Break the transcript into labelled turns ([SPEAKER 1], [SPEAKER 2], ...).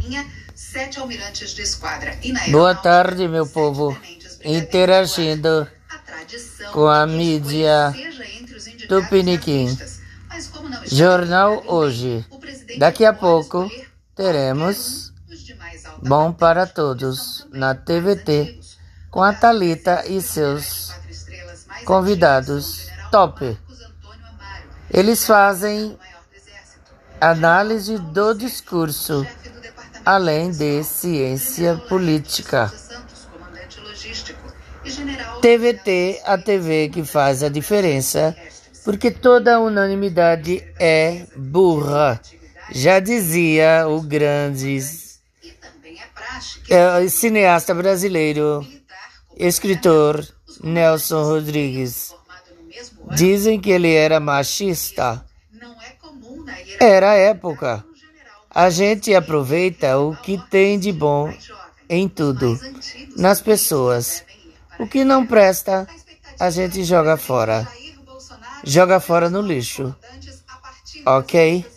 [SPEAKER 1] 7 almirantes de esquadra e na
[SPEAKER 2] Boa tarde, meu povo, interagindo com a mídia Tupiniquim. Jornal Hoje. Daqui a pouco teremos Bom para Todos na TVT com a Thalita e seus convidados top. Eles fazem análise do discurso, além de ciência política. TVT, a TV que faz a diferença, porque toda unanimidade é burra. Já dizia o grande cineasta brasileiro, escritor Nelson Rodrigues. Dizem que ele era machista. Era a época. A gente aproveita o que tem de bom em tudo, nas pessoas. O que não presta, a gente joga fora. Joga fora no lixo. Ok?